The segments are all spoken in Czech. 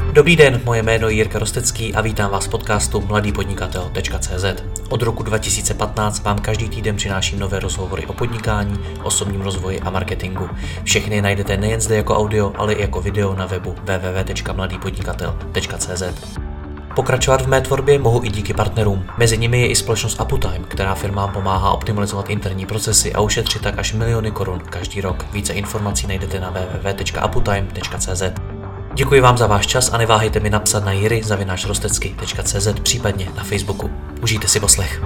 Dobrý den, moje jméno je Jirka Rostecký a vítám vás v podcastu mladýpodnikatel.cz. Od roku 2015 vám každý týden přináším nové rozhovory o podnikání, osobním rozvoji a marketingu. Všechny najdete nejen zde jako audio, ale i jako video na webu www.mladýpodnikatel.cz. Pokračovat v mé tvorbě mohu i díky partnerům. Mezi nimi je i společnost Aputime, která firmám pomáhá optimalizovat interní procesy a ušetřit tak až miliony korun každý rok. Více informací najdete na www.aputime.cz. Děkuji vám za váš čas a neváhejte mi napsat na jiry@rostecky.cz, případně na Facebooku. Užijte si poslech.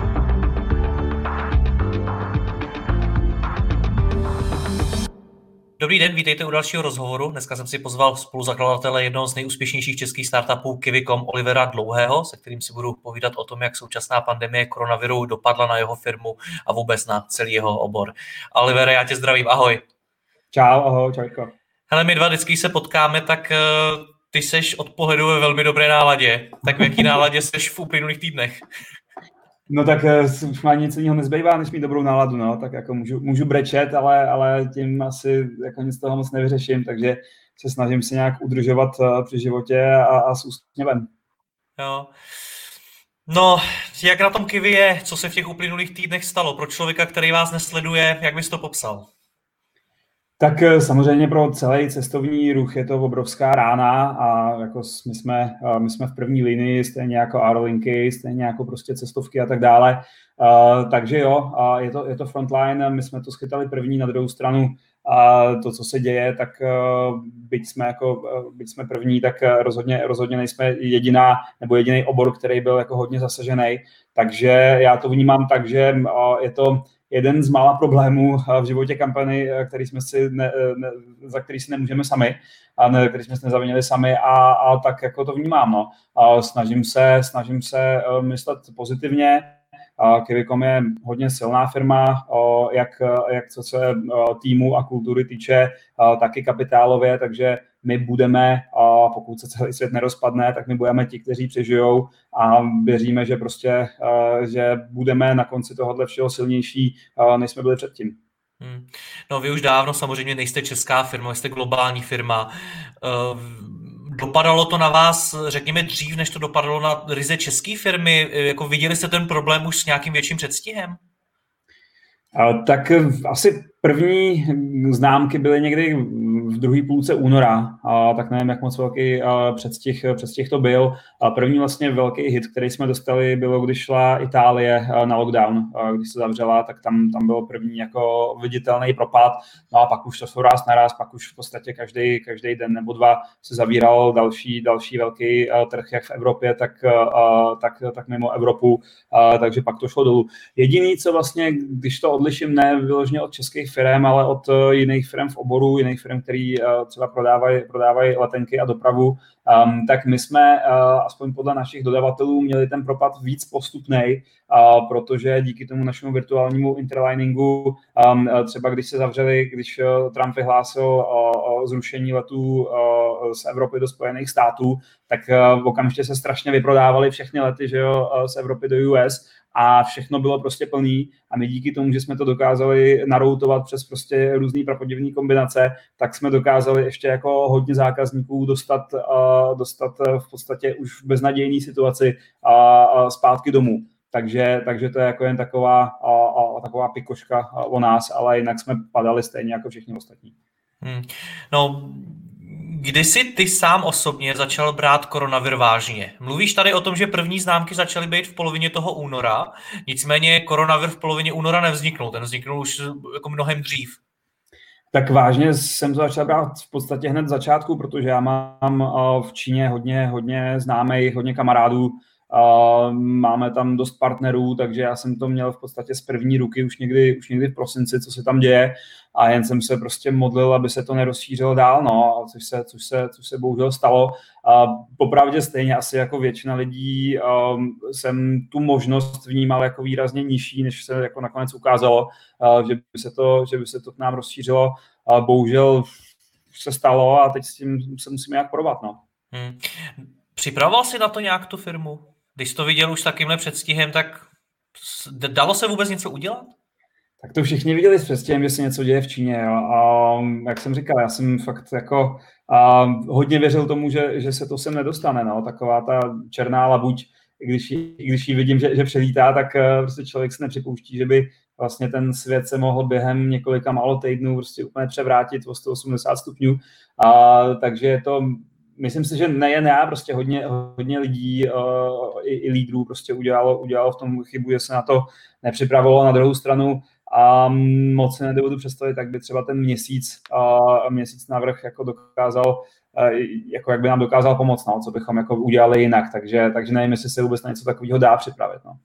Dobrý den, vítejte u dalšího rozhovoru. Dneska jsem si pozval spoluzakladatele jednoho z nejúspěšnějších českých startupů Kiwi.com Olivera Dlouhého, se kterým si budu povídat o tom, jak současná pandemie koronaviru dopadla na jeho firmu a vůbec na celý jeho obor. Olivere, já tě zdravím, ahoj. Čau, ahoj, čauko. Hele, my dva vždycky se potkáme, tak ty seš od pohledu ve velmi dobré náladě. Tak v jaký náladě seš v uplynulých týdnech? No tak už má nic jiného nezbývá, než mít dobrou náladu, no. Tak jako můžu brečet, ale tím asi jako nic toho moc nevyřeším, takže se snažím si nějak udržovat při životě a s úsměvem. Jo. No, jak na tom Kiwi je? Co se v těch uplynulých týdnech stalo? Pro člověka, který vás nesleduje, jak bys to popsal? Tak samozřejmě pro celý cestovní ruch je to obrovská rána a jako my jsme v první linii, stejně jako aerolinky, stejně jako prostě cestovky a tak dále. Takže jo, je to frontline, my jsme to schytali první, na druhou stranu to, co se děje, tak byť jsme první, tak rozhodně nejsme jediný obor, který byl jako hodně zasažený. Takže já to vnímám tak, že je to jeden z mála problémů v životě kampany, za který si nemůžeme sami, a který jsme si nezavinili sami a tak jako to vnímám. No. Snažím se myslet pozitivně. Kiwi.com je hodně silná firma, jak co se týmu a kultury týče, taky kapitálově, takže my budeme, pokud se celý svět nerozpadne, tak my budeme ti, kteří přežijou a věříme, že prostě, že budeme na konci tohohle všeho silnější, než jsme byli předtím. No vy už dávno samozřejmě nejste česká firma, jste globální firma. Dopadalo to na vás, řekněme, dřív, než to dopadalo na ryze české firmy? Jako viděli jste ten problém už s nějakým větším předstihem? Tak asi první známky byly někdy v druhé půlce února, tak nevím, jak moc velký předstih to byl. První vlastně velký hit, který jsme dostali, bylo, když šla Itálie na lockdown, když se zavřela, tak tam byl první jako viditelný propad. No a pak už to jsou ráz na ráz, pak už v podstatě každý den nebo dva se zavíral další velký trh, jak v Evropě, tak mimo Evropu, takže pak to šlo dolů. Jediný, co vlastně, když to odliším ne vyloženě od českých firm, ale od jiných firm v oboru, jiných firm, který třeba prodávají letenky a dopravu, tak my jsme, aspoň podle našich dodavatelů, měli ten propad víc postupnej, protože díky tomu našemu virtuálnímu interliningu, třeba když Trump vyhlásil zrušení letů z Evropy do Spojených států, tak okamžitě se strašně vyprodávaly všechny lety, že jo, z Evropy do US, a všechno bylo prostě plný a my díky tomu, že jsme to dokázali naroutovat přes prostě různý prapodivný kombinace, tak jsme dokázali ještě jako hodně zákazníků dostat v podstatě už v beznadějné situaci zpátky domů. Takže to je jako jen taková pikoška o nás, ale jinak jsme padali stejně jako všichni ostatní. No, kdy jsi ty sám osobně začal brát koronavir vážně? Mluvíš tady o tom, že první známky začaly být v polovině toho února, nicméně koronavir v polovině února nevzniknul, ten vzniknul už jako mnohem dřív. Tak vážně jsem to začal brát v podstatě hned v začátku, protože já mám v Číně hodně známých, hodně kamarádů, máme tam dost partnerů, takže já jsem to měl v podstatě z první ruky už někdy v prosinci, co se tam děje, a jen jsem se prostě modlil, aby se to nerozšířilo dál, no, což se bohužel stalo. Popravdě stejně asi jako většina lidí jsem tu možnost vnímal jako výrazně nižší, než se jako nakonec ukázalo, že by se to k nám rozšířilo. Bohužel se stalo a teď s tím se musíme nějak porovat, no. Připravoval jsi na to nějak tu firmu? Když jsi to viděl už takýmhle předstihem, tak dalo se vůbec něco udělat? Tak to všichni viděli s předstihem, že se něco děje v Číně. Jo. A jak jsem říkal, já jsem fakt jako hodně věřil tomu, že se to sem nedostane. No. Taková ta černá labuť, i když ji vidím, že přelítá, tak prostě člověk si nepřipouští, že by vlastně ten svět se mohl během několika málo týdnů prostě úplně převrátit o 180 stupňů. Takže je to, myslím si, že nejen já, prostě hodně lidí i lídrů prostě udělalo v tom chybu, že se na to nepřipravilo. Na druhou stranu a moc se nedovedu představit, tak by třeba ten měsíc navrch jako dokázal, jako jak by nám dokázal pomoct, no, co bychom jako udělali jinak, takže nevím, jestli se vůbec na něco takového dá připravit. No.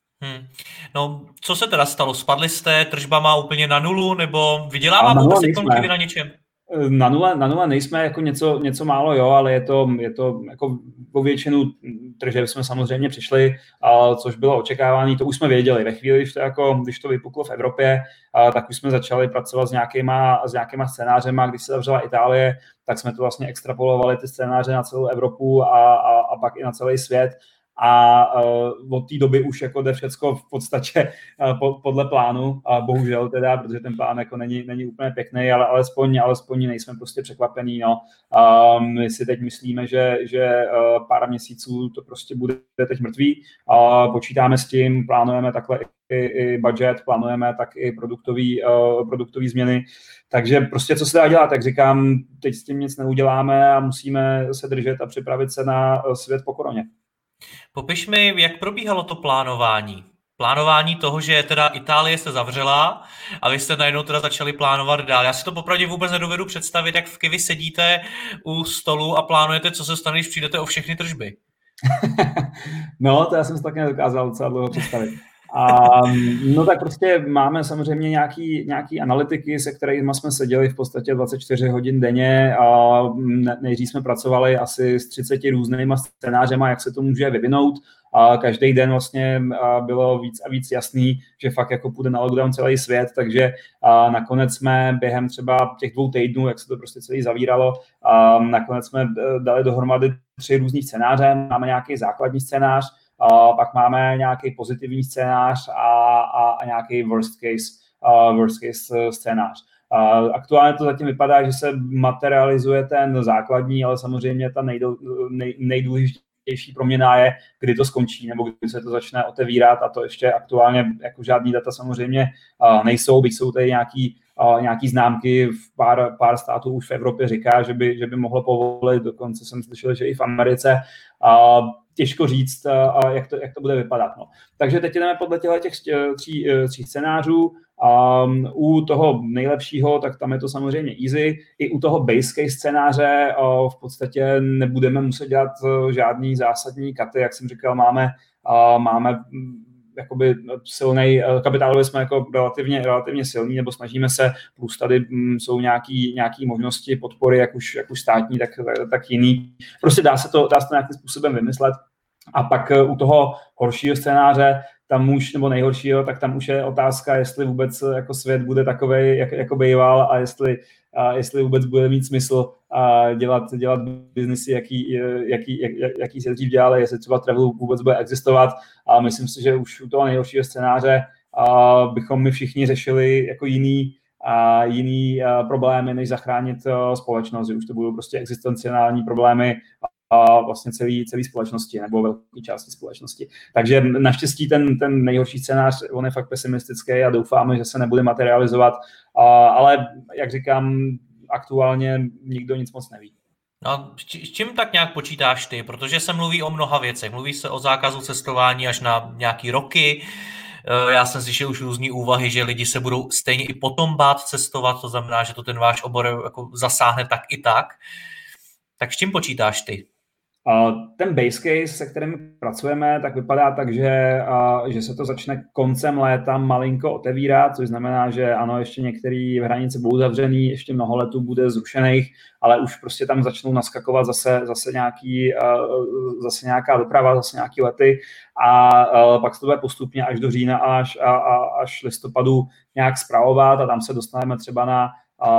No, co se teda stalo? Spadli jste, tržba má úplně na nulu, nebo vydělává vůbec ekonomiky na něčem? Na nule nejsme, jako něco málo, jo, ale je to jako po většinu tržeb jsme samozřejmě přišli, což bylo očekávání, to už jsme věděli. Ve chvíli, když to vypuklo v Evropě, tak už jsme začali pracovat s nějakýma scénářema, když se zavřela Itálie, tak jsme to vlastně extrapolovali ty scénáře na celou Evropu a pak i na celý svět. A od té doby už jako jde všecko v podstatě podle plánu, a bohužel teda, protože ten plán jako není úplně pěkný, ale alespoň nejsme prostě překvapení. No. My si teď myslíme, že pár měsíců to prostě bude teď mrtvý. Počítáme s tím, plánujeme takhle i budget, plánujeme tak i produktový změny. Takže prostě co se dá dělat, tak říkám, teď s tím nic neuděláme a musíme se držet a připravit se na svět po koroně. Popiš mi, jak probíhalo to plánování. Plánování toho, že teda Itálie se zavřela a vy jste najednou teda začali plánovat dál. Já si to popravdě vůbec nedovedu představit, jak v Kiwi sedíte u stolu a plánujete, co se stane, když přijdete o všechny tržby. No, to já jsem si taky nedokázal docela dlouho představit. No tak prostě máme samozřejmě nějaký analytiky, se kterými jsme seděli v podstatě 24 hodin denně a nejdřív jsme pracovali asi s 30 různýma scénářema, jak se to může vyvinout. A každý den vlastně bylo víc a víc jasný, že fakt jako půjde na lockdown celý svět, takže nakonec jsme během třeba těch 2 týdnů, jak se to prostě celý zavíralo, nakonec jsme dali dohromady 3 různý scénáře. Máme nějaký základní scénář, pak máme nějaký pozitivní scénář a nějaký worst case scénář. Aktuálně to zatím vypadá, že se materializuje ten základní, ale samozřejmě ta nejdůležitější proměna je, kdy to skončí nebo kdy se to začne otevírat, a to ještě aktuálně jako žádný data samozřejmě nejsou, byť jsou tady nějaký známky, v pár států už v Evropě říká, že by mohlo povolit, dokonce jsem slyšel, že i v Americe. Těžko říct, jak to bude vypadat. No. Takže teď jdeme podle těch 3 scénářů. U toho nejlepšího, tak tam je to samozřejmě easy. I u toho base case scénáře v podstatě nebudeme muset dělat žádný zásadní katy. Jak jsem říkal, máme jakoby silnej, kapitálově jsme jako relativně silní, nebo snažíme se, plus tady jsou nějaký možnosti podpory, jak už státní, tak jiný. Prostě dá se to nějakým způsobem vymyslet. A pak u toho horšího scénáře, tam už, nebo nejhoršího, tak tam už je otázka, jestli vůbec jako svět bude takovej, jako býval, a jestli vůbec bude mít smysl dělat biznesy, jaký se dřív dělali, jestli třeba travel vůbec bude existovat. A myslím si, že už u toho nejhoršího scénáře bychom my všichni řešili jako jiný problémy, než zachránit společnost, že už to budou prostě existenciální problémy a vlastně celý společnosti nebo velké části společnosti. Takže naštěstí ten nejhorší scénář, on je fakt pesimistický a doufáme, že se nebude materializovat, ale jak říkám, aktuálně nikdo nic moc neví. No, s čím tak nějak počítáš ty? Protože se mluví o mnoha věcech. Mluví se o zákazu cestování až na nějaký roky. Já jsem slyšel už různý úvahy, že lidi se budou stejně i potom bát cestovat, to znamená, že to ten váš obor jako zasáhne tak i tak. Tak s čím počítáš ty? Ten base case, se kterým pracujeme, tak vypadá tak, že se to začne koncem léta malinko otevírat, což znamená, že ano, ještě některé hranice budou zavřený, ještě mnoho letů bude zrušených, ale už prostě tam začnou naskakovat zase nějaká doprava, zase nějaký lety, a pak se to bude postupně až do října až listopadu nějak spravovat, a tam se dostaneme třeba na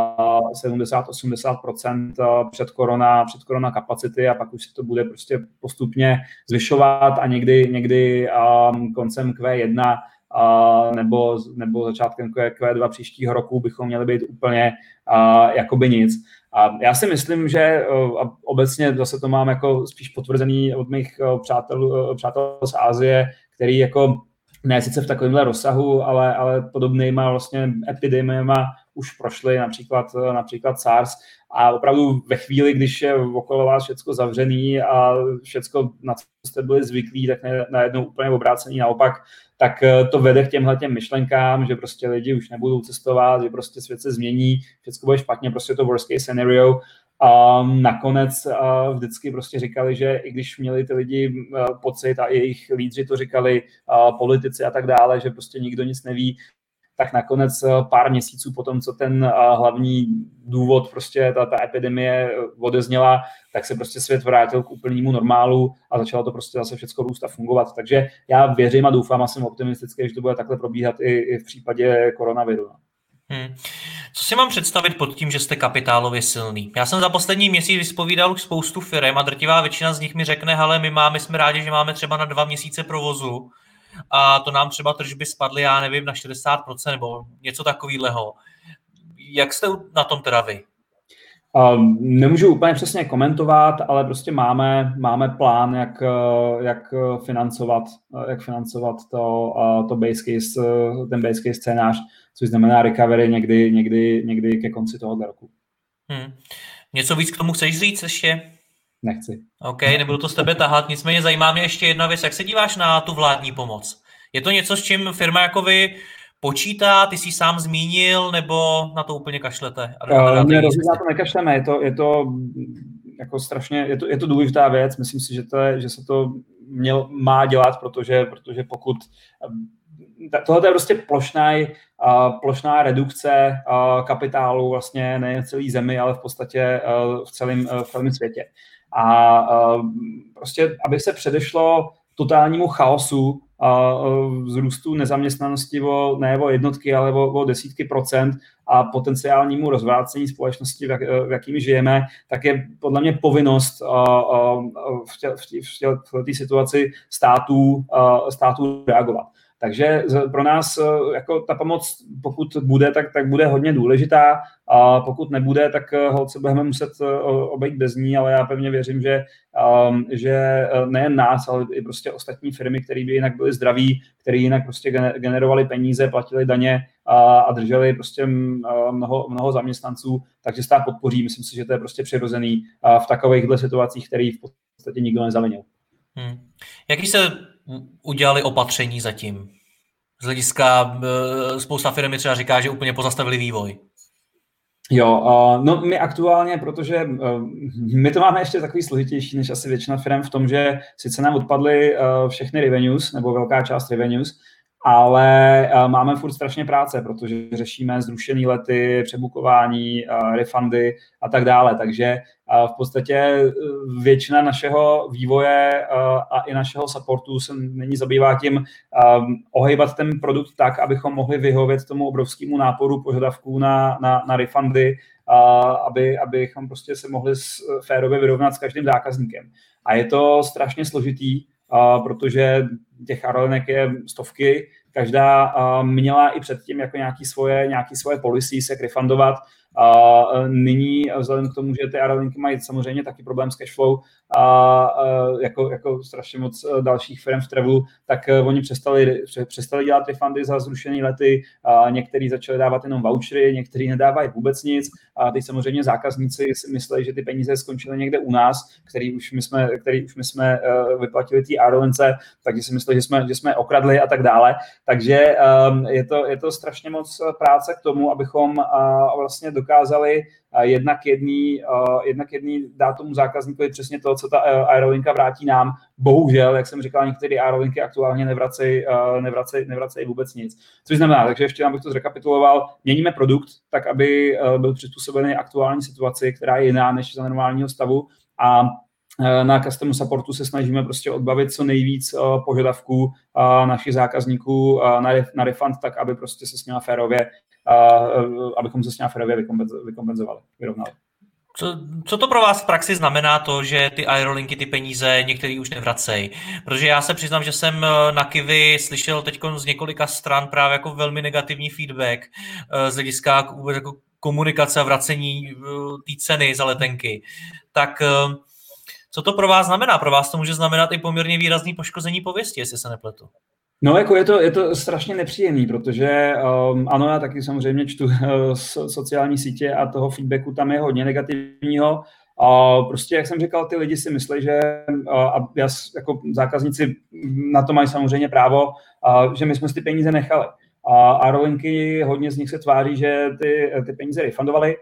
70-80% před korona kapacity, a pak už se to bude prostě postupně zvyšovat a někdy koncem Q1 nebo začátkem Q2 příštího roku bychom měli být úplně jakoby nic. A já si myslím, že obecně zase to mám jako spíš potvrzený od mých přátel z Asie, který jako ne sice v takovémhle rozsahu, ale podobnýma vlastně epidemiema už prošly, například SARS. A opravdu ve chvíli, když je okolo vás všecko zavřený a všecko, na co jste byli zvyklí, tak najednou úplně obrácený naopak, tak to vede k těmhletěm myšlenkám, že prostě lidi už nebudou cestovat, že prostě svět se změní, všecko bude špatně, prostě to worst case scenario. A nakonec vždycky prostě říkali, že i když měli ty lidi pocit a jejich lídři to říkali, politici a tak dále, že prostě nikdo nic neví, tak nakonec pár měsíců potom, co ten hlavní důvod, prostě ta epidemie odezněla, tak se prostě svět vrátil k úplnému normálu a začalo to prostě zase všechno růst a fungovat. Takže já věřím a doufám a jsem optimistický, že to bude takhle probíhat i v případě koronaviru. Co si mám představit pod tím, že jste kapitálově silný? Já jsem za poslední měsíc vyspovídal už spoustu firem a drtivá většina z nich mi řekne, hele, my jsme rádi, že máme třeba na 2 měsíce provozu a to nám třeba tržby spadly, já nevím, na 60% nebo něco takového. Jak jste na tom teda vy? Nemůžu úplně přesně komentovat, ale prostě máme plán, jak financovat to base case, ten base case scénář, což znamená recovery někdy ke konci tohoto roku. Něco víc k tomu chceš říct ještě? Nechci. OK, nebudu to z tebe tahat, nicméně zajímá mě ještě jedna věc. Jak se díváš na tu vládní pomoc? Je to něco, s čím firma jako vy počítá, ty jsi sám zmínil, nebo na to úplně kašlete? Ne, rozhodně na to nekašleme, je to jako strašně, je to důležitá věc, myslím si, že se to má dělat, protože pokud tohle je prostě plošná redukce kapitálu vlastně nejen v celé zemi, ale v podstatě v celém světě. A prostě, aby se předešlo totálnímu chaosu vzrůstu nezaměstnanosti ne o jednotky, ale o desítky procent a potenciálnímu rozvrácení společnosti, v jakým žijeme, tak je podle mě povinnost v té situaci států reagovat. Takže pro nás jako ta pomoc, pokud bude, tak bude hodně důležitá. A pokud nebude, tak se budeme muset obejít bez ní, ale já pevně věřím, že nejen nás, ale i prostě ostatní firmy, které by jinak byly zdraví, které jinak prostě generovaly peníze, platili daně a drželi prostě mnoho zaměstnanců, takže stát podpoří. Myslím si, že to je prostě přirozený v takovýchhle situacích, který v podstatě nikdo nezavinil. Jaký se udělali opatření zatím? Z hlediska spousta firmy třeba říká, že úplně pozastavili vývoj. Jo, no my aktuálně, protože my to máme ještě takový složitější než asi většina firm v tom, že sice nám odpadly všechny revenues, nebo velká část revenues, ale máme furt strašně práce, protože řešíme zrušené lety, přebukování, refundy a tak dále. Takže v podstatě většina našeho vývoje a i našeho supportu se nyní zabývá tím ohejbat ten produkt tak, abychom mohli vyhovět tomu obrovskému náporu požadavků na refundy, abychom prostě se mohli férově vyrovnat s každým zákazníkem. A je to strašně složitý, protože těch aerolinek je stovky, každá měla i předtím jako nějaký svoje policies, jak refundovat. Nyní, vzhledem k tomu, že ty aerolinky mají samozřejmě taky problém s cashflow, jako strašně moc dalších firm v travelu, tak oni přestali dělat refundy za zrušené lety, některý začali dávat jenom vouchery, některý nedávají vůbec nic. A teď samozřejmě zákazníci si myslí, že ty peníze skončily někde u nás, který už my jsme vyplatili té aerolince, takže si myslí, že jsme okradli a tak dále. Takže je to strašně moc práce k tomu, abychom vlastně dokázali jednak jedný dát tomu zákazníkovi přesně to, co ta aerolinka vrátí nám. Bohužel, jak jsem říkal, některé aerolinky aktuálně nevracejí vůbec nic. Což znamená, takže ještě abych to zrekapituloval, měníme produkt tak, aby byl přizpůsobený aktuální situaci, která je jiná než za normálního stavu, a na customer supportu se snažíme prostě odbavit co nejvíc požadavků našich zákazníků na refund, tak aby prostě se s nimi férově, abychom se s nimi férově vykompenzovali, vyrovnali. Co to pro vás v praxi znamená to, že ty aerolinky ty peníze některý už nevracejí? Protože já se přiznám, že jsem na Kiwi slyšel teď z několika stran právě jako velmi negativní feedback z hlediska vůbec jako komunikace a vracení té ceny za letenky. Tak co to pro vás znamená? Pro vás to může znamenat i poměrně výrazný poškození pověsti, jestli se nepletu. No, jako je to strašně nepříjemný, protože ano, já taky samozřejmě čtu sociální sítě a toho feedbacku tam je hodně negativního. Prostě, jak jsem říkal, ty lidi si myslí, že a já jako zákazníci na to mají samozřejmě právo, že my jsme si ty peníze nechali. A aerolinky, hodně z nich se tváří, že ty peníze refundovali.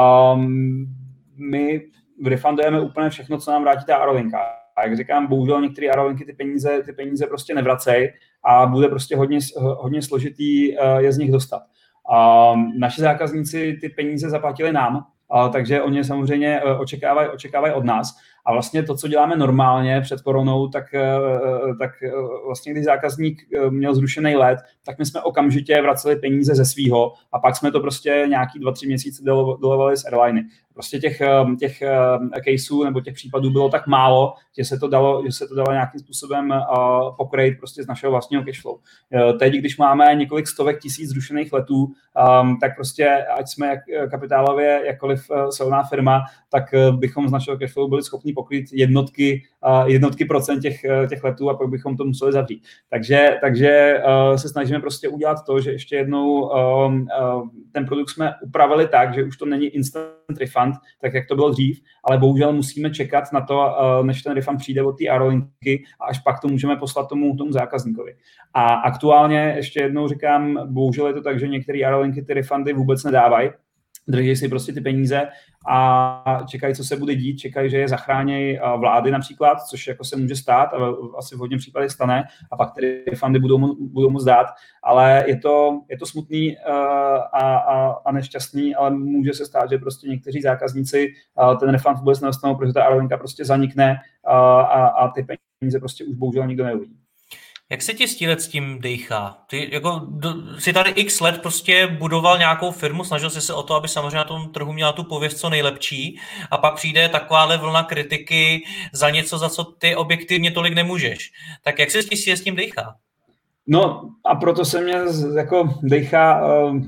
My refundujeme úplně všechno, co nám vrátí ta aerolinka. A jak říkám, bohužel některé aerolinky ty peníze prostě nevracejí a bude prostě hodně složitý je z nich dostat. Naši zákazníci ty peníze zaplatili nám, takže oni samozřejmě očekávají od nás. A vlastně to, co děláme normálně před koronou, tak vlastně když zákazník měl zrušený let, tak my jsme okamžitě vraceli peníze ze svýho a pak jsme to prostě nějaký 2-3 měsíce dolovali z airliny. Prostě těch caseů nebo těch případů bylo tak málo, že se to dalo nějakým způsobem pokrýt prostě z našeho vlastního cashflow. Teď, když máme několik stovek tisíc zrušených letů, tak prostě, ať jsme kapitálově jakkoliv silná firma, tak bychom z našeho cashflow byli schopni pokrýt jednotky procent těch letů a pak bychom to museli zavřít. Takže se snažíme prostě udělat to, že ještě jednou ten produkt jsme upravili tak, že už to není instant refund, tak jak to bylo dřív, ale bohužel musíme čekat na to, než ten refund přijde od té aerolinky a až pak to můžeme poslat tomu zákazníkovi. A aktuálně ještě jednou říkám, bohužel je to tak, že některé aerolinky ty refundy vůbec nedávají, drží si prostě ty peníze a čekají, co se bude dít, čekají, že je zachrání vlády například, což jako se může stát a asi v hodně případech stane a pak ty refundy budou moct dát, ale je to smutný a nešťastný, ale může se stát, že prostě někteří zákazníci ten refund vůbec nedostanou, protože ta aerolinka prostě zanikne a ty peníze prostě už bohužel nikdo neuvidí. Jak se ti stílet s tím dejchá? Ty jako si tady x let prostě budoval nějakou firmu, snažil jsi se o to, aby samozřejmě na tom trhu měla tu pověst co nejlepší a pak přijde takováhle vlna kritiky za něco, za co ty objektivně tolik nemůžeš. Tak jak se ti s tím dejchá? No a proto se mě jako dejchá...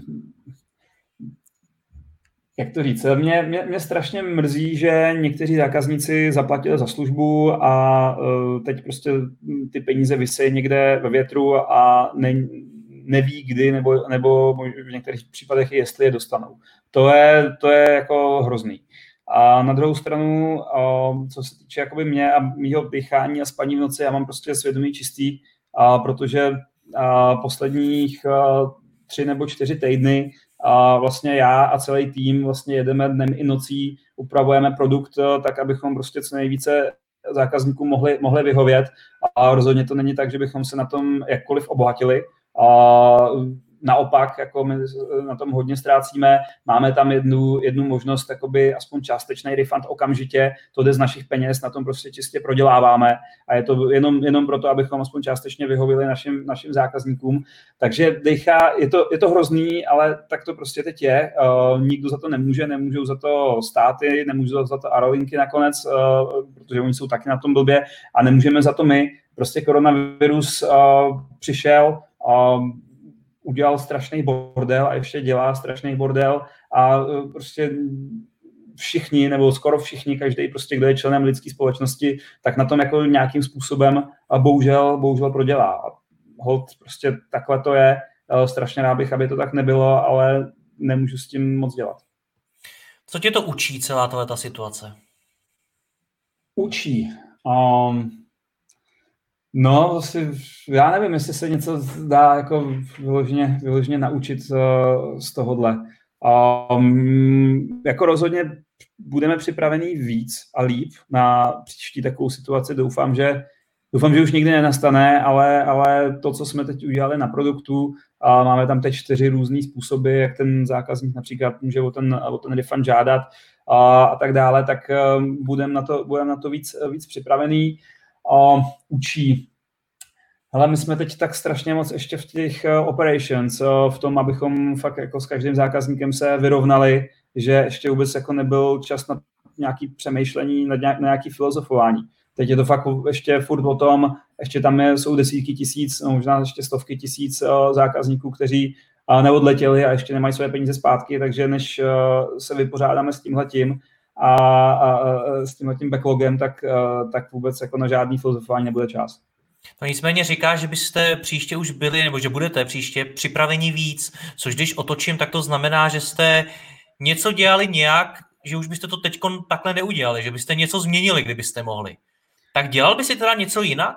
Jak to říct? Mě strašně mrzí, že někteří zákazníci zaplatili za službu a teď prostě ty peníze visejí někde ve větru a neví kdy nebo v některých případech i jestli je dostanou. To je jako hrozný. A na druhou stranu, co se týče jakoby mě a mýho dýchání a spaní v noci, já mám prostě svědomí čistý, protože posledních 3 nebo 4 týdny a vlastně já a celý tým vlastně jedeme dnem i nocí, upravujeme produkt tak, abychom prostě co nejvíce zákazníkům mohli vyhovět a rozhodně to není tak, že bychom se na tom jakkoliv obohatili. Naopak, jako my na tom hodně ztrácíme, máme tam jednu možnost, jakoby aspoň částečný refund okamžitě, to jde z našich peněz, na tom prostě čistě proděláváme a je to jenom proto, abychom aspoň částečně vyhovili našim zákazníkům. Takže je to hrozný, ale tak to prostě teď je. Nikdo za to nemůžou za to státy, nemůžou za to aerolinky nakonec, protože oni jsou taky na tom blbě a nemůžeme za to my. Prostě koronavirus přišel, udělal strašný bordel a ještě dělá strašný bordel a prostě všichni, nebo skoro všichni, každý prostě, kdo je členem lidské společnosti, tak na tom jako nějakým způsobem bohužel prodělá. A hold, prostě takhle to je. Strašně rád bych, aby to tak nebylo, ale nemůžu s tím moc dělat. Co tě to učí celá tato situace? Učí? No, já nevím, jestli se něco dá jako vyloženě naučit z tohohle. Jako rozhodně budeme připravení víc a líp na příští takovou situaci. Doufám, že už nikdy nenastane, ale to, co jsme teď udělali na produktu, a máme tam teď 4 různý způsoby, jak ten zákazník například může o ten refund žádat a tak dále, tak budeme na to víc připravený. Učí. Hele, my jsme teď tak strašně moc ještě v těch operations, v tom, abychom fakt jako s každým zákazníkem se vyrovnali, že ještě vůbec jako nebyl čas na nějaký přemýšlení, na nějaký filozofování. Teď je to fakt ještě furt o tom, ještě tam jsou desítky tisíc, možná ještě stovky tisíc zákazníků, kteří neodletěli a ještě nemají své peníze zpátky, takže než se vypořádáme s tímhletím a s tímhletím backlogem, tak vůbec jako na žádný filozofování nebude čas. No nicméně říká, že byste příště už byli, nebo že budete příště připraveni víc, což když otočím, tak to znamená, že jste něco dělali nějak, že už byste to teď takhle neudělali, že byste něco změnili, kdybyste mohli. Tak dělal by si teda něco jinak?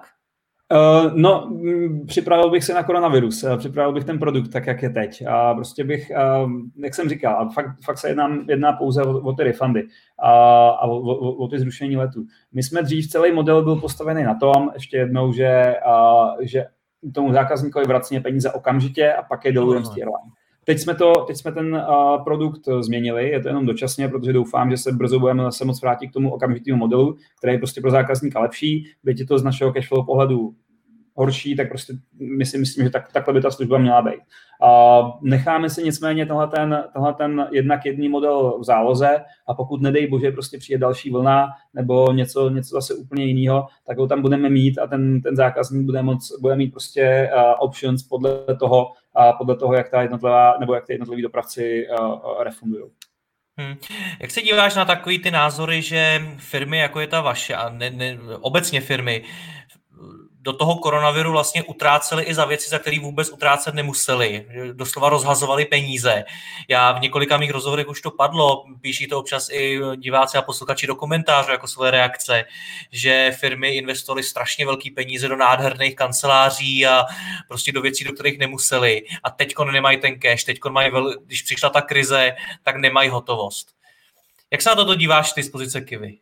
Připravil bych se na koronavirus, připravil bych ten produkt tak, jak je teď. A prostě bych, jak jsem říkal, fakt se jedná pouze o ty refundy a o ty zrušení letů. My jsme dřív, celý model byl postavený na tom, ještě jednou, že tomu zákazníkovi vracíme peníze okamžitě a pak je dolujeme z té airline. Teď jsme ten produkt změnili, je to jenom dočasně, protože doufám, že se brzo budeme zase moc vrátit k tomu okamžitému modelu, který je prostě pro zákazníka lepší, byť je to z našeho cashflow pohledu horší, tak prostě my si myslím, že takhle by ta služba měla být. Necháme si nicméně tenhle ten jednak jedný model v záloze a pokud nedej bože prostě přijde další vlna nebo něco zase úplně jiného, tak ho tam budeme mít a ten zákazník bude mít prostě options podle toho, jak ta jednotlivá nebo jak ty jednotliví dopravci refundují. Jak se díváš na takový ty názory, že firmy, jako je ta vaše a obecně firmy, do toho koronaviru vlastně utráceli i za věci, za které vůbec utrácet nemuseli. Doslova rozhazovali peníze. Já v několika mých rozhovorech už to padlo, píší to občas i diváci a posluchači do komentářů jako svoje reakce, že firmy investovaly strašně velký peníze do nádherných kanceláří a prostě do věcí, do kterých nemuseli. A teďko nemají ten cash, když přišla ta krize, tak nemají hotovost. Jak se na toto díváš ty z pozice Qiwi?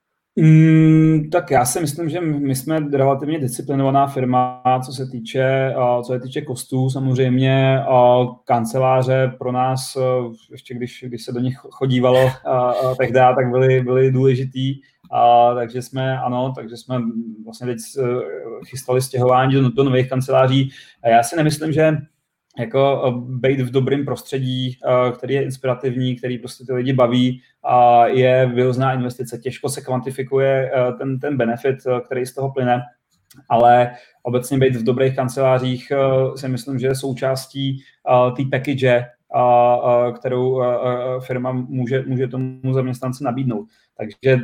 Tak já si myslím, že my jsme relativně disciplinovaná firma, co se týče kostů. Samozřejmě kanceláře pro nás, ještě když se do nich chodívalo tehdy, tak byly důležitý. Takže jsme vlastně teď chystali stěhování do nových kanceláří. A já si nemyslím, že jako být v dobrém prostředí, který je inspirativní, který prostě ty lidi baví, je vyhozná investice. Těžko se kvantifikuje ten benefit, který z toho plyne, ale obecně být v dobrých kancelářích si myslím, že je součástí té package, kterou firma může tomu zaměstnanci nabídnout. Takže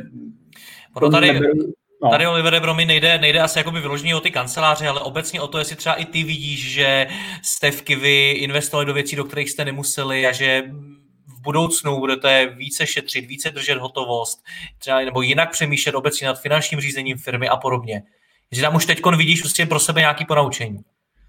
Tady, Olivere, pro mě nejde asi jakoby vyloženě o ty kanceláře, ale obecně o to, jestli třeba i ty vidíš, že jste v Qiwi investovali do věcí, do kterých jste nemuseli a že v budoucnu budete více šetřit, více držet hotovost, třeba, nebo jinak přemýšlet obecně nad finančním řízením firmy a podobně. Jestli tam už teďkon vidíš prostě pro sebe nějaké ponaučení.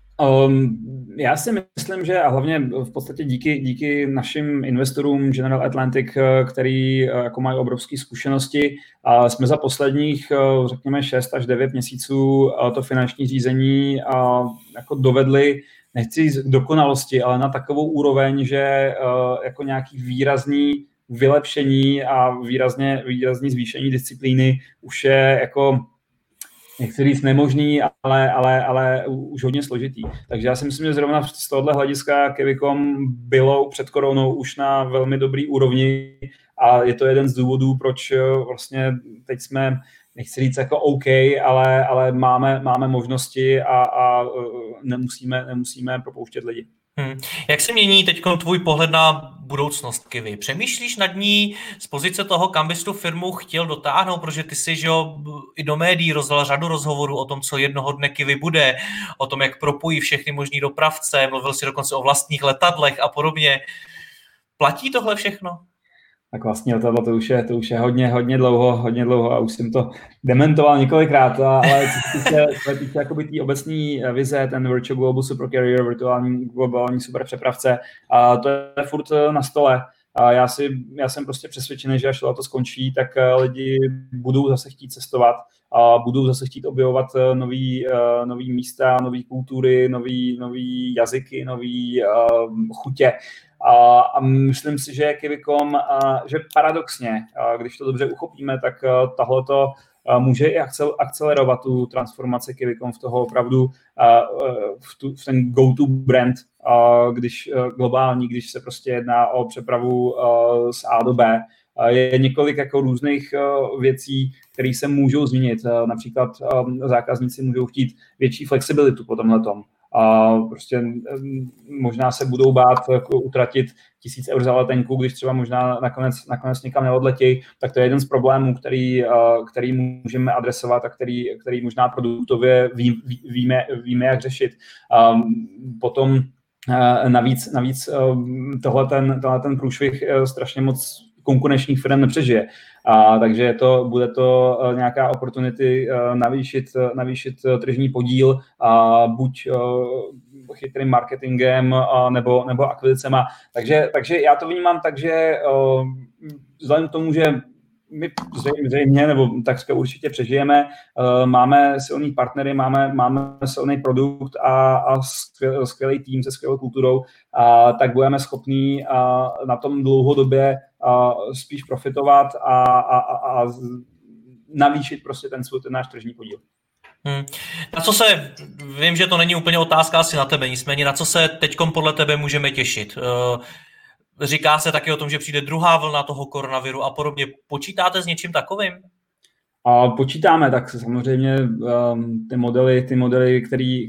Já si myslím, že a hlavně v podstatě díky našim investorům General Atlantic, který jako mají obrovské zkušenosti, jsme za posledních, řekněme, 6 až 9 měsíců to finanční řízení jako dovedli, nechci říct k dokonalosti, ale na takovou úroveň, že jako nějaký výrazný vylepšení a výrazný zvýšení disciplíny už je jako nechci říct nemožný, ale už hodně složitý. Takže já si myslím, že zrovna z tohohle hlediska Qiwi.com bylo před koronou už na velmi dobrý úrovni a je to jeden z důvodů, proč vlastně teď jsme, nechci říct jako OK, ale máme možnosti a nemusíme propouštět lidi. Jak se mění teď tvůj pohled na budoucnost Qiwi? Přemýšlíš nad ní z pozice toho, kam bys tu firmu chtěl dotáhnout, protože ty jsi i do médií rozdal řadu rozhovorů o tom, co jednoho dne Qiwi bude, o tom, jak propojí všechny možný dopravce, mluvil jsi dokonce o vlastních letadlech a podobně. Platí tohle všechno? Tak vlastně letadlo to už je hodně dlouho a už jsem to dementoval několikrát, ale co se týče jakoby té obecní vize, ten Virtual Global Super Carrier, virtuální globální super přepravce, to je furt na stole. Já jsem prostě přesvědčený, že až to skončí, tak lidi budou zase chtít cestovat, budou zase chtít objevovat nový místa, nové kultury, nový jazyky, nový chutě. A myslím si, že Qiwi.com, že paradoxně, když to dobře uchopíme, tak tohleto může i akcelerovat tu transformaci Qiwi.com v toho opravdu v ten go-to brand, globální, když se prostě jedná o přepravu z A do B. je několik jako různých věcí, které se můžou změnit. Například zákazníci můžou chtít větší flexibilitu po tomhletom. A prostě možná se budou bát utratit 1000 eur za letenku, když třeba možná nakonec někam neodletějí, tak to je jeden z problémů, který můžeme adresovat a který možná produktově víme jak řešit. Potom navíc tohle ten průšvih strašně moc konkurenčních firm nepřežije. Takže bude to nějaká opportunity navýšit tržní podíl, buď chytrým marketingem nebo akvizicema. Takže já to vnímám tak, že vzhledem k tomu, že my zřejmě nebo takřka určitě přežijeme, máme silný partnery, máme silný produkt a skvělý tým se skvělou kulturou, tak budeme schopní na tom dlouhodobě spíš profitovat a navýšit prostě ten náš tržní podíl. Na co se, vím, že to není úplně otázka asi na tebe, nicméně na co se teďkom podle tebe můžeme těšit? Říká se taky o tom, že přijde druhá vlna toho koronaviru a podobně. Počítáte s něčím takovým? Počítáme, tak samozřejmě ty modely,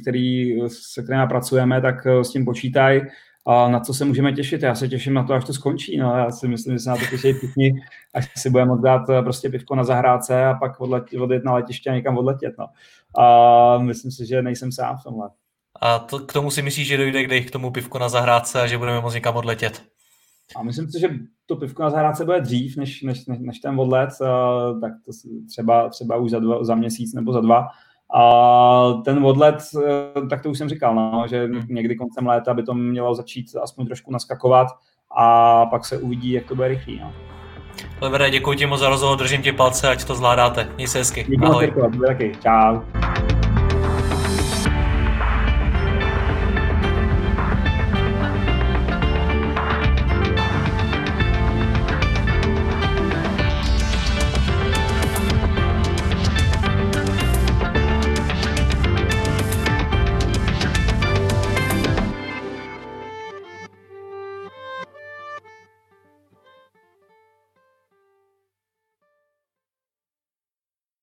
se kterými pracujeme, tak s tím počítají. Na co se můžeme těšit? Já se těším na to, až to skončí. No, já si myslím, že se na to těší všichni, až si budeme moct dát prostě pivko na zahrádce a pak odjet na letiště a někam odletět. No. Myslím si, že nejsem sám v tomhle. A k tomu si myslíš, že dojde kdy k tomu pivku na zahrádce a že budeme moct někam odletět? A myslím si, že to pivko na zahrádce bude dřív, než ten odlet, tak to třeba už za měsíc nebo za 2. A ten odlet, tak to už jsem říkal, no, že někdy koncem léta by to mělo začít aspoň trošku naskakovat a pak se uvidí, jak to bude rychlý. No. Levere, děkuji ti moc za rozhovor, držím ti palce, ať to zvládáte. Měj se hezky. Ahoj. Taky. Čau.